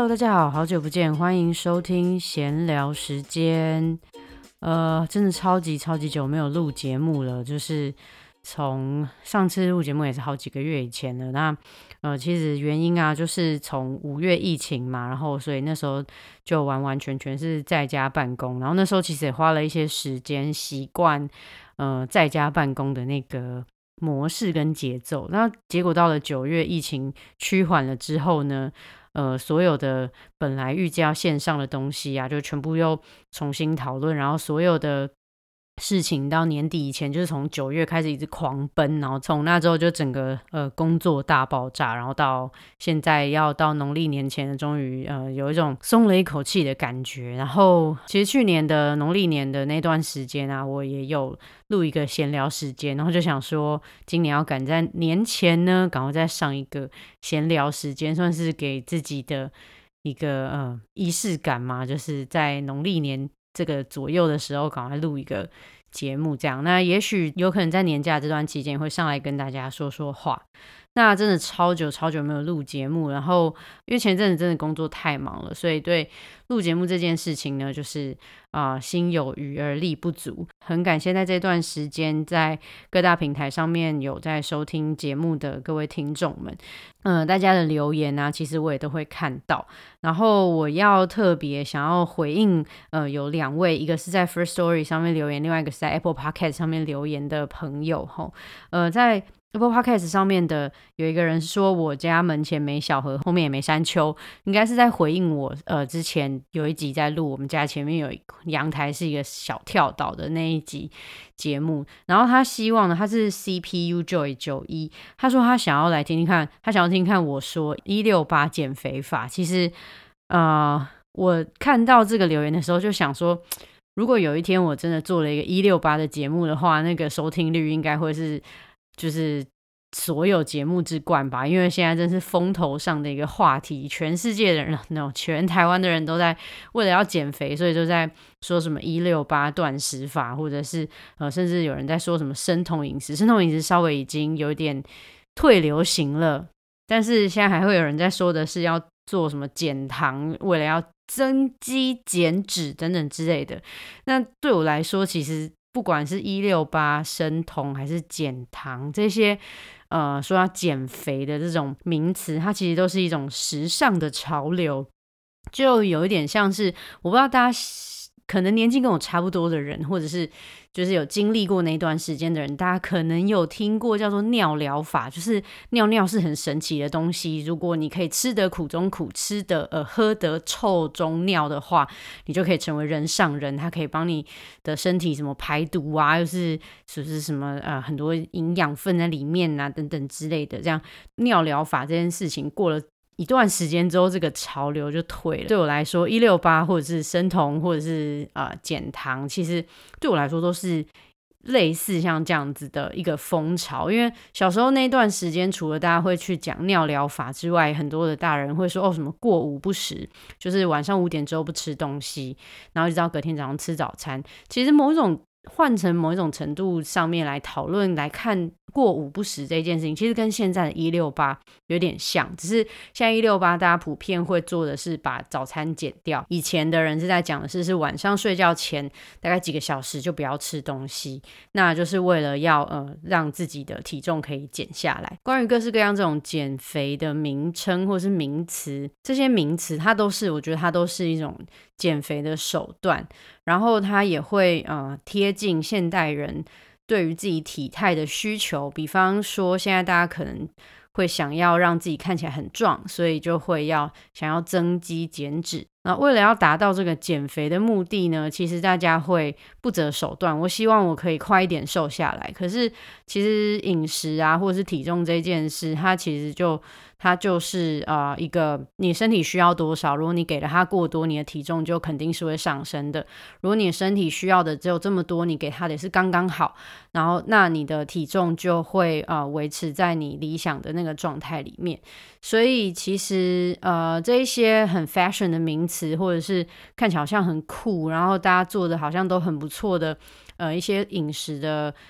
Hello， 大家好，好久不见，欢迎收听闲聊时间。真的超级久没有录节目了，就是从上次录节目也是好几个月以前了。那其实原因啊，就是从5月疫情嘛，然后所以那时候就完全是在家办公，然后那时候其实也花了一些时间习惯在家办公的那个模式跟节奏。那结果到了9月疫情趋缓了之后呢，所有的本来预计要线上的东西啊，就全部又重新讨论，然后所有的事情到年底以前，就是从9月开始一直狂奔，然后从那之后就整个工作大爆炸，然后到现在要到农历年前，终于有一种松了一口气的感觉。然后其实去年的农历年的那段时间啊，我也有录一个闲聊时间，然后就想说今年要赶在年前呢，赶快再上一个闲聊时间，算是给自己的一个仪式感嘛，就是在农历年这个左右的时候赶快录一个节目这样。那也许有可能在年假这段期间会上来跟大家说说话。那真的超久没有录节目，然后因为前阵子真的工作太忙了，所以对录节目这件事情呢，就是心有余而力不足。很感谢在这段时间在各大平台上面有在收听节目的各位听众们，大家的留言啊，其实我也都会看到。然后我要特别想要回应有2位，一个是在 First Story 上面留言，另外一个是在 Apple Podcast 上面留言的朋友在Apple Podcast 上面的有一个人说我家门前没小河，后面也没山丘，应该是在回应我之前有一集在录我们家前面有阳台是一个小跳岛的那一集节目。然后他希望呢，他是 CPU Joy 91，他说他想要来听听看，他想要听听看我说168减肥法。其实我看到这个留言的时候就想说，如果有一天我真的做了一个168的节目的话，那个收听率应该会是就是所有节目之冠吧，因为现在真是风头上的一个话题，全世界的人全台湾的人都在为了要减肥，所以就在说什么168断食法，或者是甚至有人在说什么生酮饮食。生酮饮食稍微已经有点退流行了，但是现在还会有人在说的是要做什么减糖，为了要增肌减脂等等之类的。那对我来说，其实不管是168生酮还是减糖，这些说要减肥的这种名词，它其实都是一种时尚的潮流，就有一点像是，我不知道大家可能年纪跟我差不多的人，或者是就是有经历过那段时间的人，大家可能有听过叫做尿疗法，就是尿是很神奇的东西，如果你可以吃得苦中苦，喝得臭中尿的话，你就可以成为人上人，它可以帮你的身体什么排毒啊，又是什么很多营养分在里面啊等等之类的。这样尿疗法这件事情过了一段时间之后，这个潮流就退了。对我来说168或者是生酮或者是减糖，其实对我来说都是类似像这样子的一个风潮。因为小时候那段时间，除了大家会去讲尿疗法之外，很多的大人会说什么过午不食，就是晚上5点之后不吃东西，然后一直到隔天早上吃早餐。其实换成某一种程度上面来讨论来看过午不食这件事情，其实跟现在的168有点像，只是现在168大家普遍会做的是把早餐减掉，以前的人是在讲的是晚上睡觉前大概几个小时就不要吃东西，那就是为了要让自己的体重可以减下来。关于各式各样这种减肥的名称或是名词，这些名词我觉得它都是一种减肥的手段，然后它也会贴近现代人对于自己体态的需求。比方说现在大家可能会想要让自己看起来很壮，所以就会想要增肌减脂。那为了要达到这个减肥的目的呢，其实大家会不择手段。我希望我可以快一点瘦下来，可是其实饮食啊或者是体重这件事，它就是一个你身体需要多少，如果你给了它过多，你的体重就肯定是会上升的。如果你的身体需要的只有这么多，你给它的也是刚刚好，然后那你的体重就会维持在你理想的那个状态里面。所以其实这一些很 fashion 的名词，或者是看起来好像很酷，然后大家做的好像都很不错的一些饮食的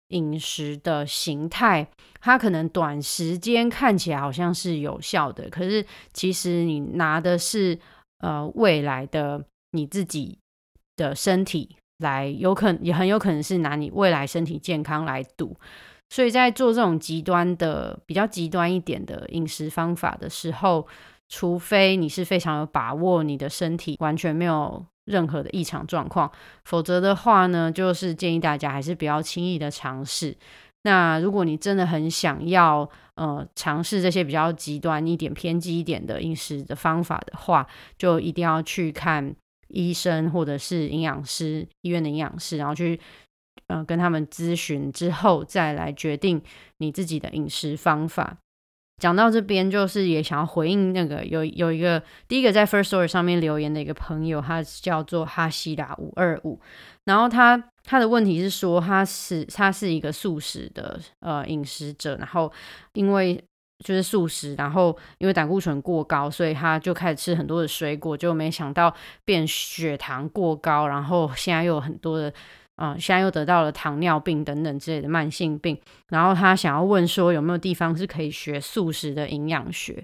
饮食的形态，它可能短时间看起来好像是有效的，可是其实你拿的是未来的你自己的身体来，也很有可能是拿你未来身体健康来赌。所以在做这种比较极端一点的饮食方法的时候，除非你是非常有把握你的身体完全没有任何的异常状况，否则的话呢，就是建议大家还是不要轻易的尝试。那如果你真的很想要尝试这些比较极端一点、偏激一点的饮食的方法的话，就一定要去看医生或者是营养师，医院的营养师，然后去跟他们咨询之后，再来决定你自己的饮食方法。讲到这边，就是也想要回应那个有一个第一个在 First Story 上面留言的一个朋友，他叫做哈希达525，然后他的问题是说他是一个素食的饮食者，然后因为就是素食，然后因为胆固醇过高，所以他就开始吃很多的水果，就没想到变血糖过高，然后现在又有很多的现在又得到了糖尿病等等之类的慢性病，然后他想要问说有没有地方是可以学素食的营养学。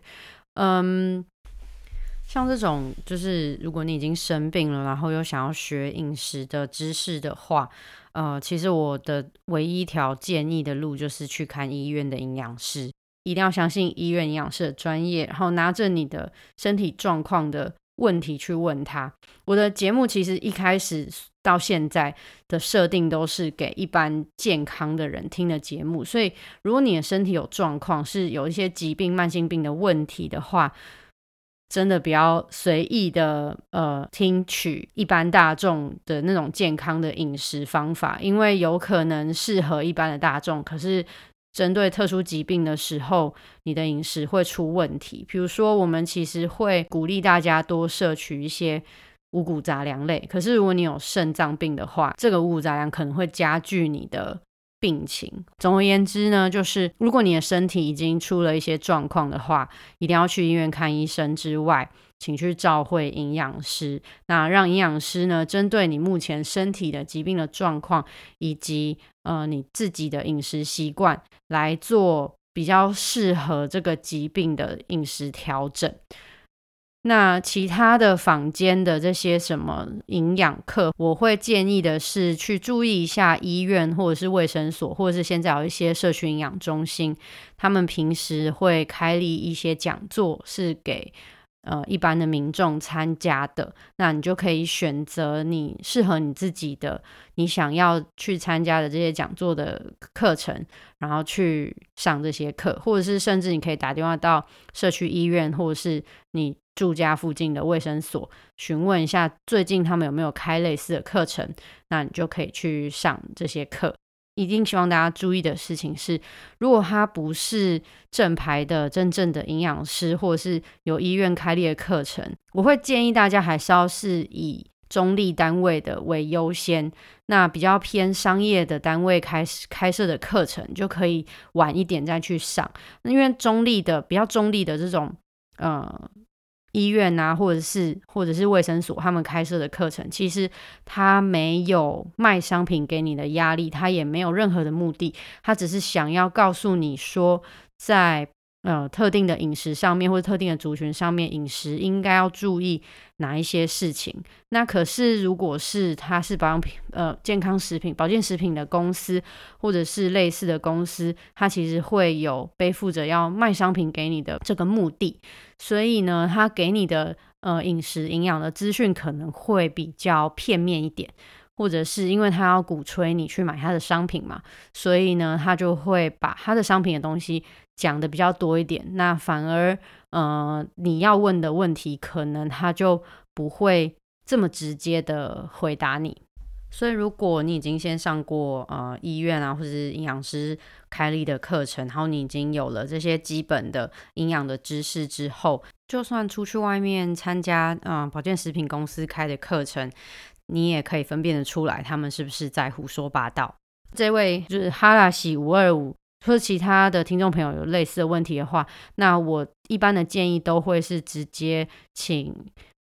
像这种就是如果你已经生病了，然后又想要学饮食的知识的话，其实我的唯一一条建议的路就是去看医院的营养师，一定要相信医院营养师的专业，然后拿着你的身体状况的问题去问他。我的节目其实一开始到现在的设定都是给一般健康的人听的节目，所以如果你的身体有状况，是有一些疾病、慢性病的问题的话，真的不要随意的听取一般大众的那种健康的饮食方法，因为有可能适合一般的大众，可是针对特殊疾病的时候，你的饮食会出问题。比如说我们其实会鼓励大家多摄取一些五谷杂粮类，可是如果你有肾脏病的话，这个五谷杂粮可能会加剧你的病情。总而言之呢，就是如果你的身体已经出了一些状况的话，一定要去医院看医生之外，请去照会营养师，那让营养师呢针对你目前身体的疾病的状况以及你自己的饮食习惯来做比较适合这个疾病的饮食调整。那其他的坊间的这些什么营养课，我会建议的是去注意一下医院或者是卫生所，或者是现在有一些社区营养中心，他们平时会开立一些讲座，是给一般的民众参加的。那你就可以选择你适合你自己的，你想要去参加的这些讲座的课程，然后去上这些课，或者是甚至你可以打电话到社区医院，或者是你住家附近的卫生所询问一下最近他们有没有开类似的课程，那你就可以去上这些课。一定希望大家注意的事情是，如果他不是正牌的真正的营养师，或者是有医院开立的课程，我会建议大家还是要是以中立单位的为优先，那比较偏商业的单位开设的课程就可以晚一点再去上。因为比较中立的这种医院啊，或者是卫生所，他们开设的课程，其实他没有卖商品给你的压力，他也没有任何的目的，他只是想要告诉你说，在特定的饮食上面或者特定的族群上面，饮食应该要注意哪一些事情。那可是如果是他是健康食品、保健食品的公司，或者是类似的公司，他其实会有背负着要卖商品给你的这个目的，所以呢，他给你的饮食营养的资讯可能会比较片面一点。或者是因为他要鼓吹你去买他的商品嘛，所以呢，他就会把他的商品的东西讲的比较多一点，那反而你要问的问题可能他就不会这么直接的回答你。所以如果你已经先上过医院啊或者是营养师开立的课程，然后你已经有了这些基本的营养的知识之后，就算出去外面参加保健食品公司开的课程，你也可以分辨得出来他们是不是在胡说八道。这位就是哈拉喜525或者其他的听众朋友有类似的问题的话，那我一般的建议都会是直接请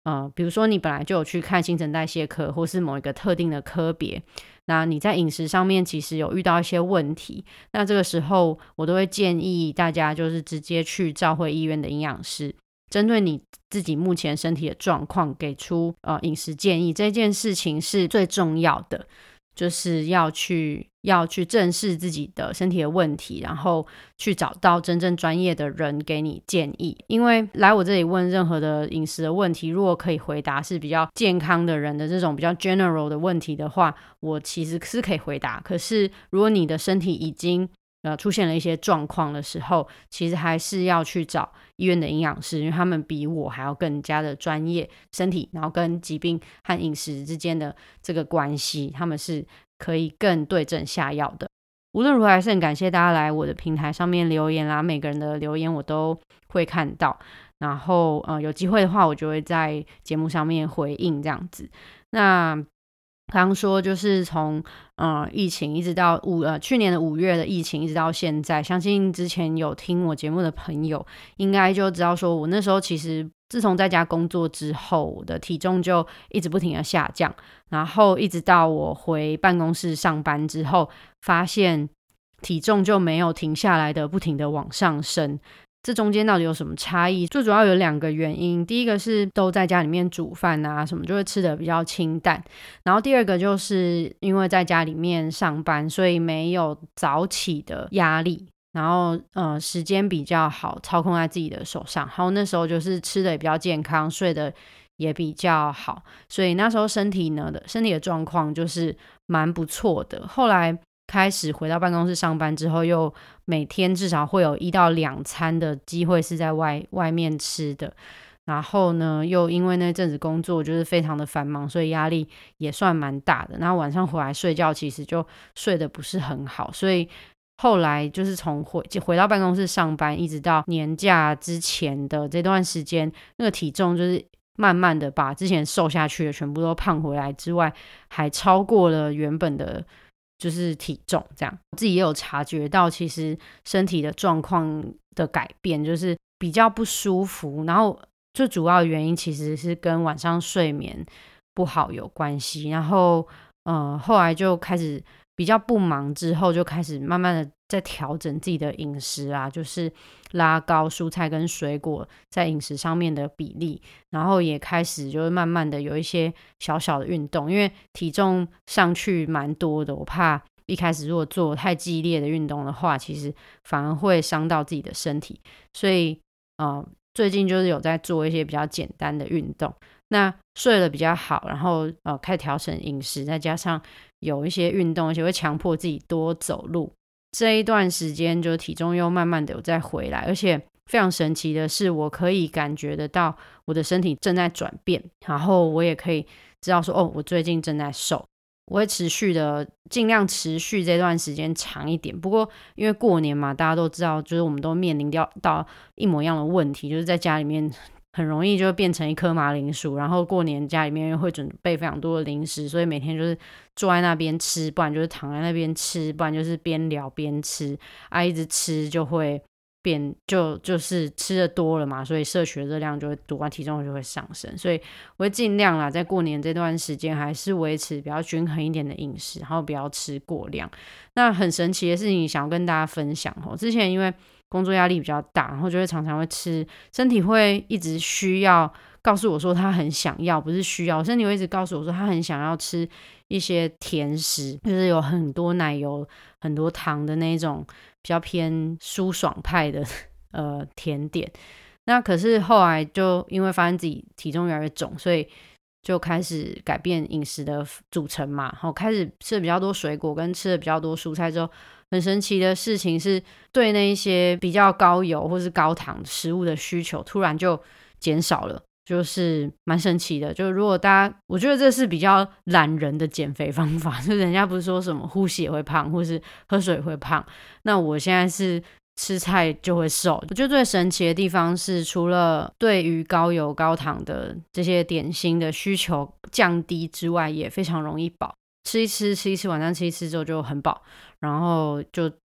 比如说你本来就有去看新陈代谢科，或是某一个特定的科别，那你在饮食上面其实有遇到一些问题，那这个时候我都会建议大家就是直接去照会医院的营养师，针对你自己目前身体的状况给出饮食建议。这件事情是最重要的，就是要去正视自己的身体的问题，然后去找到真正专业的人给你建议。因为来我这里问任何的饮食的问题，如果可以回答是比较健康的人的这种比较 general 的问题的话，我其实是可以回答。可是如果你的身体已经出现了一些状况的时候，其实还是要去找医院的营养师，因为他们比我还要更加的专业，身体然后跟疾病和饮食之间的这个关系，他们是可以更对症下药的。无论如何还是很感谢大家来我的平台上面留言啦，每个人的留言我都会看到，然后有机会的话我就会在节目上面回应这样子。那刚刚说就是从疫情一直到去年的5月的疫情一直到现在，相信之前有听我节目的朋友应该就知道说，我那时候其实自从在家工作之后，我的体重就一直不停的下降，然后一直到我回办公室上班之后，发现体重就没有停下来的不停的往上升。这中间到底有什么差异？最主要有2个原因，第一个是都在家里面煮饭啊什么，就会吃的比较清淡，然后第二个就是因为在家里面上班，所以没有早起的压力，然后时间比较好操控在自己的手上，然后那时候就是吃的也比较健康，睡的也比较好，所以那时候身体的状况就是蛮不错的。后来开始回到办公室上班之后，又每天至少会有1到2餐的机会是在外面吃的，然后呢又因为那阵子工作就是非常的繁忙，所以压力也算蛮大的，然后晚上回来睡觉其实就睡得不是很好，所以后来就是从回到办公室上班一直到年假之前的这段时间，那个体重就是慢慢的把之前瘦下去的全部都胖回来之外，还超过了原本的就是体重这样。自己也有察觉到其实身体的状况的改变，就是比较不舒服，然后最主要的原因其实是跟晚上睡眠不好有关系，然后后来就开始比较不忙之后，就开始慢慢的在调整自己的饮食啊，就是拉高蔬菜跟水果在饮食上面的比例，然后也开始就是慢慢的有一些小小的运动，因为体重上去蛮多的，我怕一开始如果做太激烈的运动的话，其实反而会伤到自己的身体，所以最近就是有在做一些比较简单的运动，那睡得比较好，然后开始调整饮食，再加上有一些运动，而且会强迫自己多走路，这一段时间就体重又慢慢的有再回来，而且非常神奇的是我可以感觉得到我的身体正在转变，然后我也可以知道说我最近正在瘦，我会尽量持续这段时间长一点。不过因为过年嘛，大家都知道就是我们都面临到一模一样的问题，就是在家里面很容易就变成一颗马铃薯，然后过年家里面又会准备非常多的零食，所以每天就是坐在那边吃，不然就是躺在那边吃，不然就是边聊边吃一直吃就会就是吃的多了嘛，所以摄取的热量就会多，体重就会上升，所以我会尽量啦，在过年这段时间还是维持比较均衡一点的饮食，然后不要吃过量。那很神奇的事情想要跟大家分享之前因为工作压力比较大，然后就会常常会吃，身体会一直需要告诉我说他很想要，不是需要，身体会一直告诉我说他很想要吃一些甜食，就是有很多奶油很多糖的那种比较偏舒爽派的甜点。那可是后来就因为发现自己体重越来越重，所以就开始改变饮食的组成嘛，然后开始吃的比较多水果跟吃的比较多蔬菜之后，很神奇的事情是对那一些比较高油或是高糖食物的需求突然就减少了，就是蛮神奇的。就如果大家，我觉得这是比较懒人的减肥方法，就人家不是说什么呼吸也会胖或是喝水也会胖，那我现在是吃菜就会瘦。我觉得最神奇的地方是，除了对于高油高糖的这些点心的需求降低之外，也非常容易饱，吃一吃晚上吃一吃之后就很饱，然后就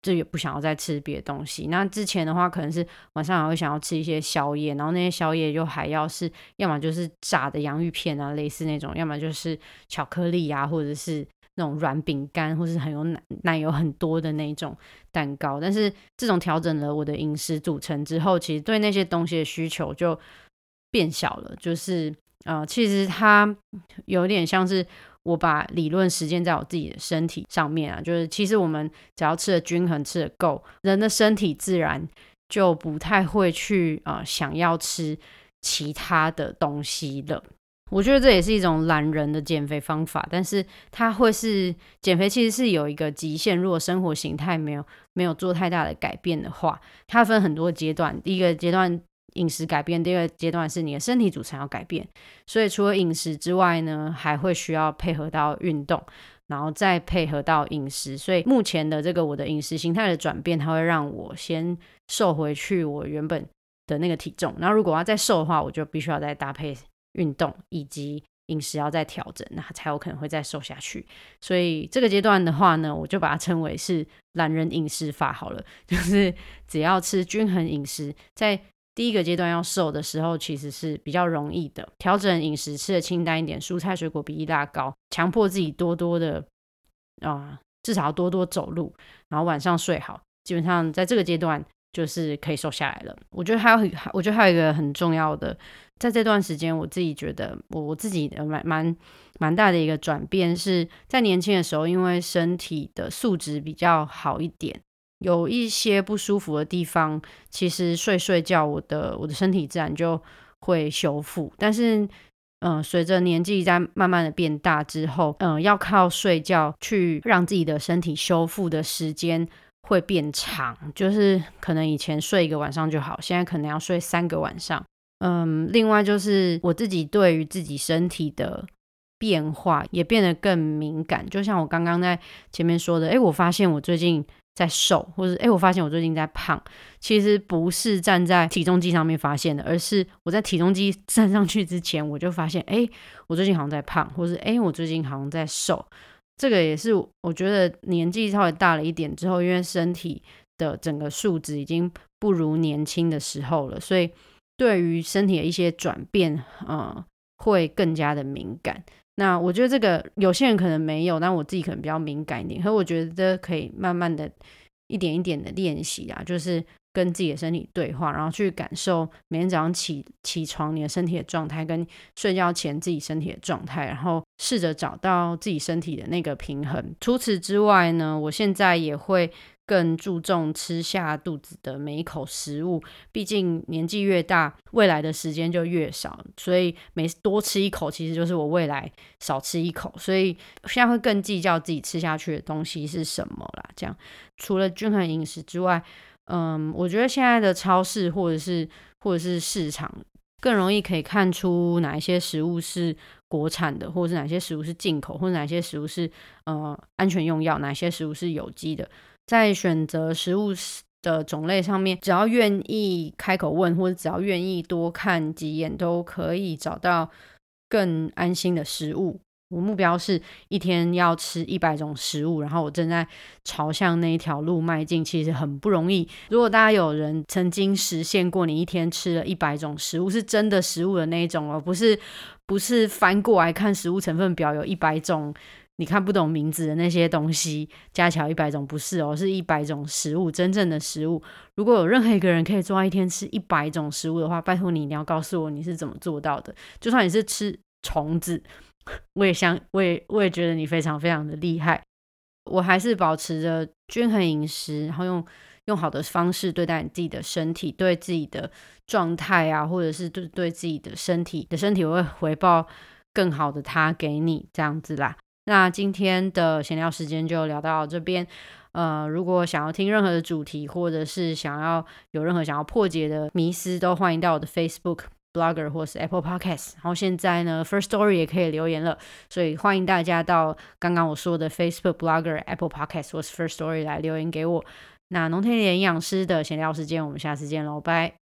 就也不想要再吃别的东西。那之前的话可能是晚上还会想要吃一些宵夜，然后那些宵夜就还要是要么就是炸的洋芋片啊，类似那种，要么就是巧克力啊，或者是那种软饼干，或是很有奶油很多的那种蛋糕。但是这种调整了我的饮食组成之后，其实对那些东西的需求就变小了，就是其实它有点像是我把理论实践在我自己的身体上面啊，就是其实我们只要吃的均衡，吃的够，人的身体自然就不太会去想要吃其他的东西了。我觉得这也是一种懒人的减肥方法，但是它会是减肥其实是有一个极限，如果生活形态没有做太大的改变的话，它分很多阶段。第一个阶段饮食改变，第二个阶段是你的身体组成要改变，所以除了饮食之外呢，还会需要配合到运动，然后再配合到饮食。所以目前的这个我的饮食形态的转变，它会让我先瘦回去我原本的那个体重，然后如果要再瘦的话，我就必须要再搭配运动以及饮食要再调整，那才有可能会再瘦下去。所以这个阶段的话呢，我就把它称为是懒人饮食法好了，就是只要吃均衡饮食，在第一个阶段要瘦的时候其实是比较容易的，调整饮食，吃的清淡一点，蔬菜水果比例拉高，强迫自己多多的至少要多多走路，然后晚上睡好，基本上在这个阶段就是可以瘦下来了。我觉得还有一个很重要的，在这段时间我自己觉得我自己的蛮大的一个转变，是在年轻的时候，因为身体的素质比较好一点，有一些不舒服的地方，其实睡觉我的身体自然就会修复。但是随着年纪在慢慢的变大之后，要靠睡觉去让自己的身体修复的时间会变长，就是可能以前睡1个晚上就好，现在可能要睡3个晚上。另外就是我自己对于自己身体的变化也变得更敏感，就像我刚刚在前面说的，我发现我最近在瘦，或者我发现我最近在胖，其实不是站在体重机上面发现的，而是我在体重机站上去之前，我就发现我最近好像在胖，或是我最近好像在瘦。这个也是我觉得年纪稍微大了一点之后，因为身体的整个数值已经不如年轻的时候了，所以对于身体的一些转变会更加的敏感。那我觉得这个有些人可能没有，但我自己可能比较敏感一点，可是我觉得可以慢慢的一点一点的练习啊，就是跟自己的身体对话，然后去感受每天早上起床你的身体的状态，跟睡觉前自己身体的状态，然后试着找到自己身体的那个平衡。除此之外呢，我现在也会更注重吃下肚子的每一口食物，毕竟年纪越大，未来的时间就越少，所以每多吃一口其实就是我未来少吃一口，所以现在会更计较自己吃下去的东西是什么啦。这样除了均衡饮食之外，我觉得现在的超市或者是市场更容易可以看出哪一些食物是国产的，或者是哪些食物是进口，或者哪些食物是安全用药，哪些食物是有机的。在选择食物的种类上面，只要愿意开口问，或者只要愿意多看几眼，都可以找到更安心的食物。我目标是一天要吃100种食物，然后我正在朝向那一条路迈进，其实很不容易。如果大家有人曾经实现过你一天吃了100种食物，是真的食物的那一种哦，不是翻过来看食物成分表有100种你看不懂名字的那些东西加起来100种，不是哦，是100种食物，真正的食物。如果有任何一个人可以做到一天吃100种食物的话，拜托你一定要告诉我你是怎么做到的。就算你是吃虫子，我也觉得你非常非常的厉害。我还是保持着均衡饮食，然后用好的方式对待你自己的身体，对自己的状态啊，或者是对自己的身体我会回报更好的它给你，这样子啦。那今天的闲聊时间就聊到这边。如果想要听任何的主题，或者是有任何想要破解的迷思，都欢迎到我的 Facebook、Blogger 或是 Apple Podcast。然后现在呢 First Story 也可以留言了，所以欢迎大家到刚刚我说的 Facebook、Blogger、Apple Podcast 或是 First Story 来留言给我。那农田里的营养师的闲聊时间，我们下次见喽，拜。